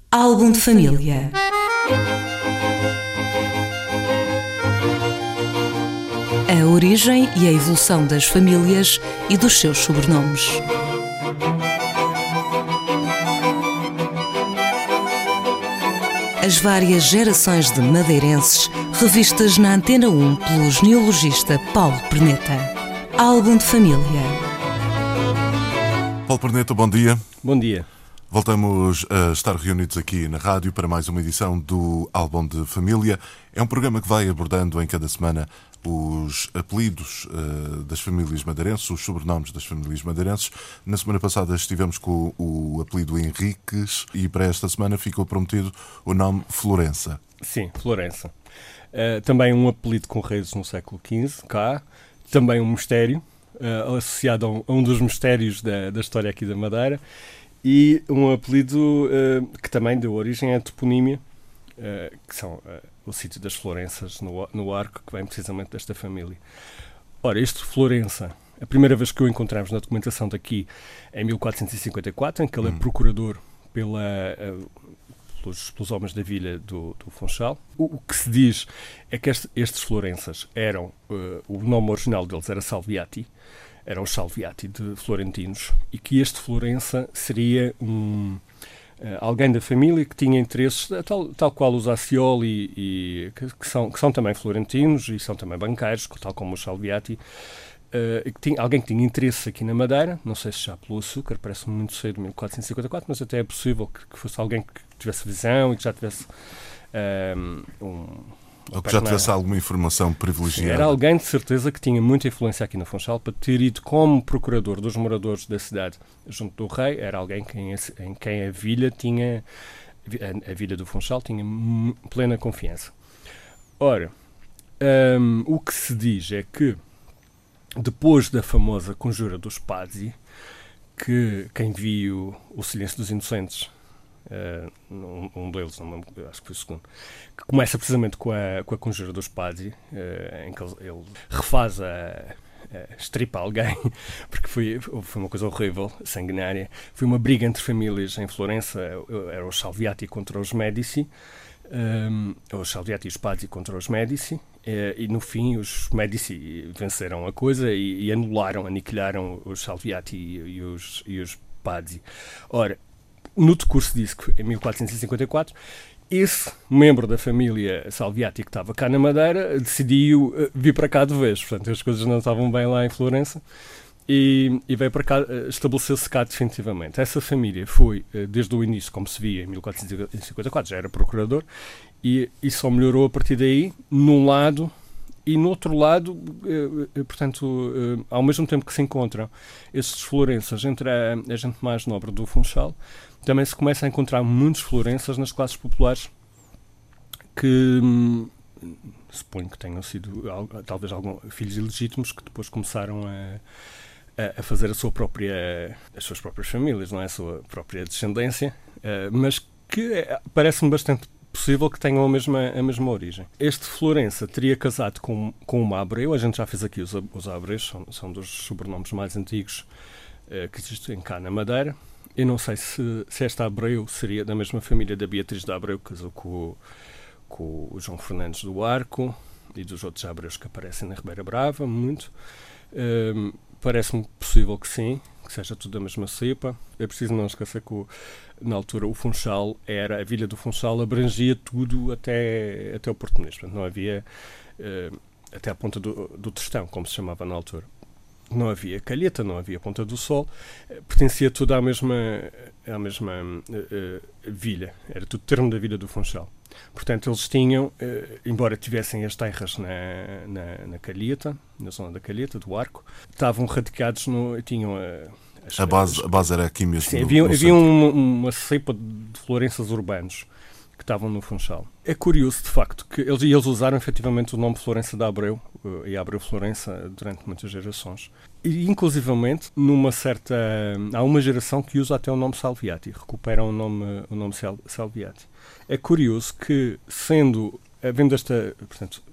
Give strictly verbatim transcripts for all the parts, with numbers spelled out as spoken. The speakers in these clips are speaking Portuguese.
Álbum de família. A origem e a evolução das famílias e dos seus sobrenomes. As várias gerações de madeirenses revistas na Antena um pelo genealogista Paulo Perneta. Álbum de família. Paulo Perneta, bom dia. Bom dia. Voltamos a estar reunidos aqui na rádio para mais uma edição do Álbum de Família. É um programa que vai abordando em cada semana os apelidos uh, das famílias madeirenses, os sobrenomes das famílias madeirenses. Na semana passada estivemos com o, o apelido Henriques e para esta semana ficou prometido o nome Florença. Sim, Florença. Uh, também um apelido com raízes no século quinze, cá. Também um mistério, uh, associado a um, a um dos mistérios da, da história aqui da Madeira. E um apelido uh, que também deu origem à toponímia, uh, que são uh, o sítio das Florenças no, no Arco, que vem precisamente desta família. Ora, este Florença, a primeira vez que o encontramos na documentação daqui é em mil quatrocentos e cinquenta e quatro, em que ele é procurador pela, uh, pelos, pelos homens da vila do, do Funchal. O, o que se diz é que este, estes Florenças eram, uh, o nome original deles era Salviati, eram os Salviati de Florentinos, e que este Florença seria um, uh, alguém da família que tinha interesses, tal, tal qual os Acioli, e, que, que, são, que são também florentinos e são também banqueiros, tal como os Salviati, uh, que tinha, alguém que tinha interesse aqui na Madeira, não sei se já pelo açúcar, parece-me muito cedo, mil quatrocentos e cinquenta e quatro, mas até é possível que, que fosse alguém que tivesse visão e que já tivesse um... um Ou que já tivesse alguma informação privilegiada. Era alguém de certeza que tinha muita influência aqui no Funchal para ter ido como procurador dos moradores da cidade junto do rei. Era alguém em, em quem a vila tinha, a, a vila do Funchal tinha plena confiança. Ora, um, o que se diz é que depois da famosa conjura dos Pazzi, que quem viu o Silêncio dos Inocentes, Uh, um, um deles, não, acho que foi o segundo, que começa precisamente com a, com a conjura dos Pazzi, uh, em que ele, ele refaz a, a estripa alguém, porque foi, foi uma coisa horrível, sanguinária. Foi uma briga entre famílias em Florença, era os Salviati contra os Medici, um, os Salviati e os Pazzi contra os Medici, uh, e no fim os Medici venceram a coisa e, e anularam, aniquilaram os Salviati e, e, os, e os Pazzi. Ora, no decurso disso, em mil quatrocentos e cinquenta e quatro, esse membro da família Salviati que estava cá na Madeira decidiu uh, vir para cá de vez. Portanto, as coisas não estavam bem lá em Florença e, e veio para cá, uh, estabeleceu-se cá definitivamente. Essa família foi, uh, desde o início, como se via em mil quatrocentos e cinquenta e quatro, já era procurador e, e só melhorou a partir daí, num lado. E no outro lado, eh, portanto, eh, ao mesmo tempo que se encontram esses Florenças entre a, a gente mais nobre do Funchal, também se começa a encontrar muitos Florenças nas classes populares que hum, suponho que tenham sido talvez alguns filhos ilegítimos que depois começaram a, a fazer a sua própria, as suas próprias famílias, não é? A sua própria descendência, eh, mas que é, parece-me bastante possível que tenham a mesma, a mesma origem. Este Florença teria casado com, com uma Abreu, a gente já fez aqui os, os Abreus, são, são dos sobrenomes mais antigos uh, que existem cá na Madeira. Eu não sei se, se esta Abreu seria da mesma família da Beatriz de Abreu, que casou com, com o João Fernandes do Arco e dos outros Abreus que aparecem na Ribeira Brava, muito. Uh, parece-me possível que sim, que seja tudo da mesma cepa. É preciso não esquecer que o, na altura o Funchal era, a vila do Funchal abrangia tudo até, até o Porto Muniz. Portanto, não havia, uh, até a ponta do, do Tristão, como se chamava na altura. Não havia Calheta, não havia Ponta do Sol, uh, pertencia tudo à mesma, à mesma uh, uh, vila, era tudo termo da vila do Funchal. Portanto, eles tinham, uh, embora tivessem as terras na, na, na Calheta, na zona da Calheta, do Arco, estavam radicados no, tinham a, as, a, base, a base era aqui mesmo. Sim, no, havia, no havia uma, uma cepa de Florenças urbanos que estavam no Funchal. É curioso, de facto, que eles, eles usaram efetivamente o nome Florença de Abreu, uh, e Abreu Florença, durante muitas gerações. E, inclusivamente, numa certa... Há uma geração que usa até o nome Salviati, recuperam o nome, o nome Salviati. É curioso que, sendo, havendo esta, portanto,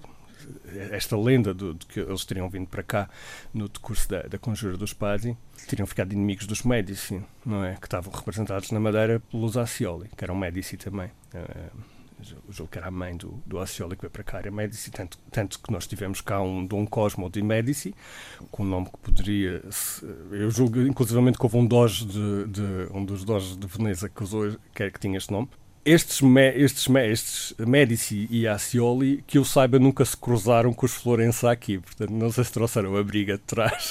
esta lenda de, de que eles teriam vindo para cá no decurso da, da conjura dos Pazzi, teriam ficado inimigos dos Médici, não é? Que estavam representados na Madeira pelos Accioli, que eram Médici também. Uh, o julgo que era a mãe do, do Accioli que veio para cá, era Médici, tanto, tanto que nós tivemos cá um Dom Cosmo de Médici, com um nome que poderia... Eu julgo, inclusivamente, que houve um doge de, de, um dos doges de Veneza que, usou, que, que tinha este nome. Estes, estes, estes Médici e Accioli, que eu saiba, nunca se cruzaram com os Florença aqui. Portanto, não sei se trouxeram a briga de trás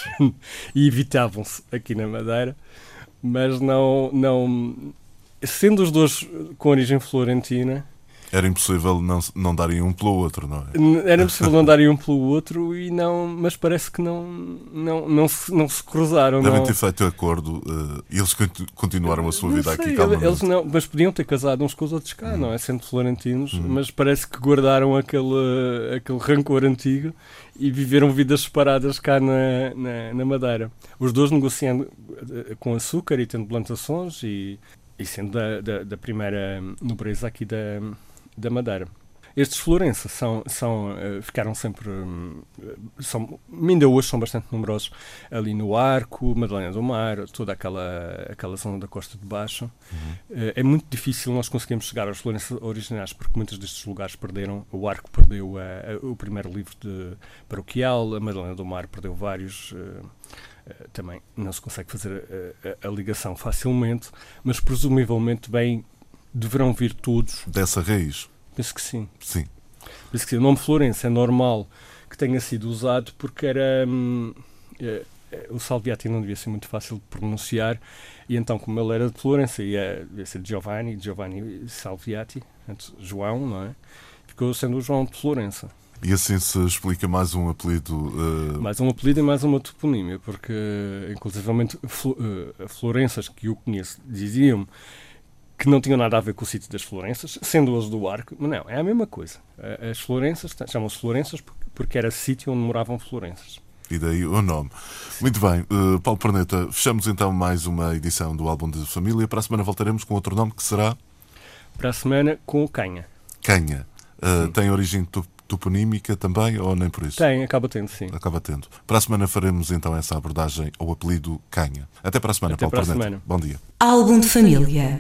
e evitavam-se aqui na Madeira. Mas não, não... Sendo os dois com origem florentina... Era impossível não, não darem um pelo outro, não é? Era impossível não darem um pelo outro, e não, mas parece que não, não, não, se, não se cruzaram. Devem não. ter feito acordo uh, e eles continuaram a sua não vida sei, aqui calmamente. Eles não, mas podiam ter casado uns com os outros cá, hum. não é? Sendo florentinos, hum. mas parece que guardaram aquele, aquele rancor antigo e viveram vidas separadas cá na, na, na Madeira. Os dois negociando com açúcar e tendo plantações e, e sendo da, da, da primeira nobreza aqui da... da Madeira. Estes Florença são, são, uh, ficaram sempre, um, são, ainda hoje são bastante numerosos ali no Arco, Madalena do Mar, toda aquela, aquela zona da Costa de Baixo. Uhum. Uh, é muito difícil nós conseguirmos chegar aos Florença originais, porque muitos destes lugares perderam. O Arco perdeu a, a, o primeiro livro de paroquial, a Madalena do Mar perdeu vários. Uh, uh, também não se consegue fazer a, a, a ligação facilmente, mas presumivelmente bem deverão vir todos. Dessa raiz? Penso que sim. Sim. Penso que sim. O nome Florença é normal que tenha sido usado porque era... Hum, é, é, o Salviati não devia ser muito fácil de pronunciar, e então, como ele era de Florença, ia, ia ser Giovanni, Giovanni Salviati, antes João, não é? Ficou sendo o João de Florença. E assim se explica mais um apelido... Uh... Mais um apelido e mais uma toponímia, porque, inclusivamente, uh, Florenças que eu conheço diziam que não tinham nada a ver com o sítio das Florenças, sendo eles do Arco. Mas não, é a mesma coisa. As Florenças chamam-se Florenças porque era sítio onde moravam Florenças. E daí o nome. Muito bem, uh, Paulo Perneta, fechamos então mais uma edição do Álbum de Família. Para a semana voltaremos com outro nome que será? Para a semana com o Canha. Canha. Uh, tem origem toponímica também, ou nem por isso? Tem, acaba tendo, sim. Acaba tendo. Para a semana faremos então essa abordagem ao apelido Canha. Até para a semana, Até Paulo para Perneta. A semana. Bom dia. Álbum de Família.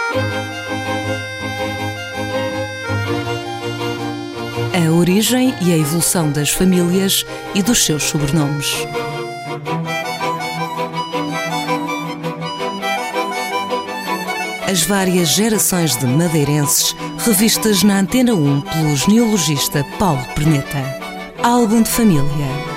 A origem e a evolução das famílias e dos seus sobrenomes. As várias gerações de madeirenses revistas na Antena um pelo genealogista Paulo Perneta. Álbum de Família.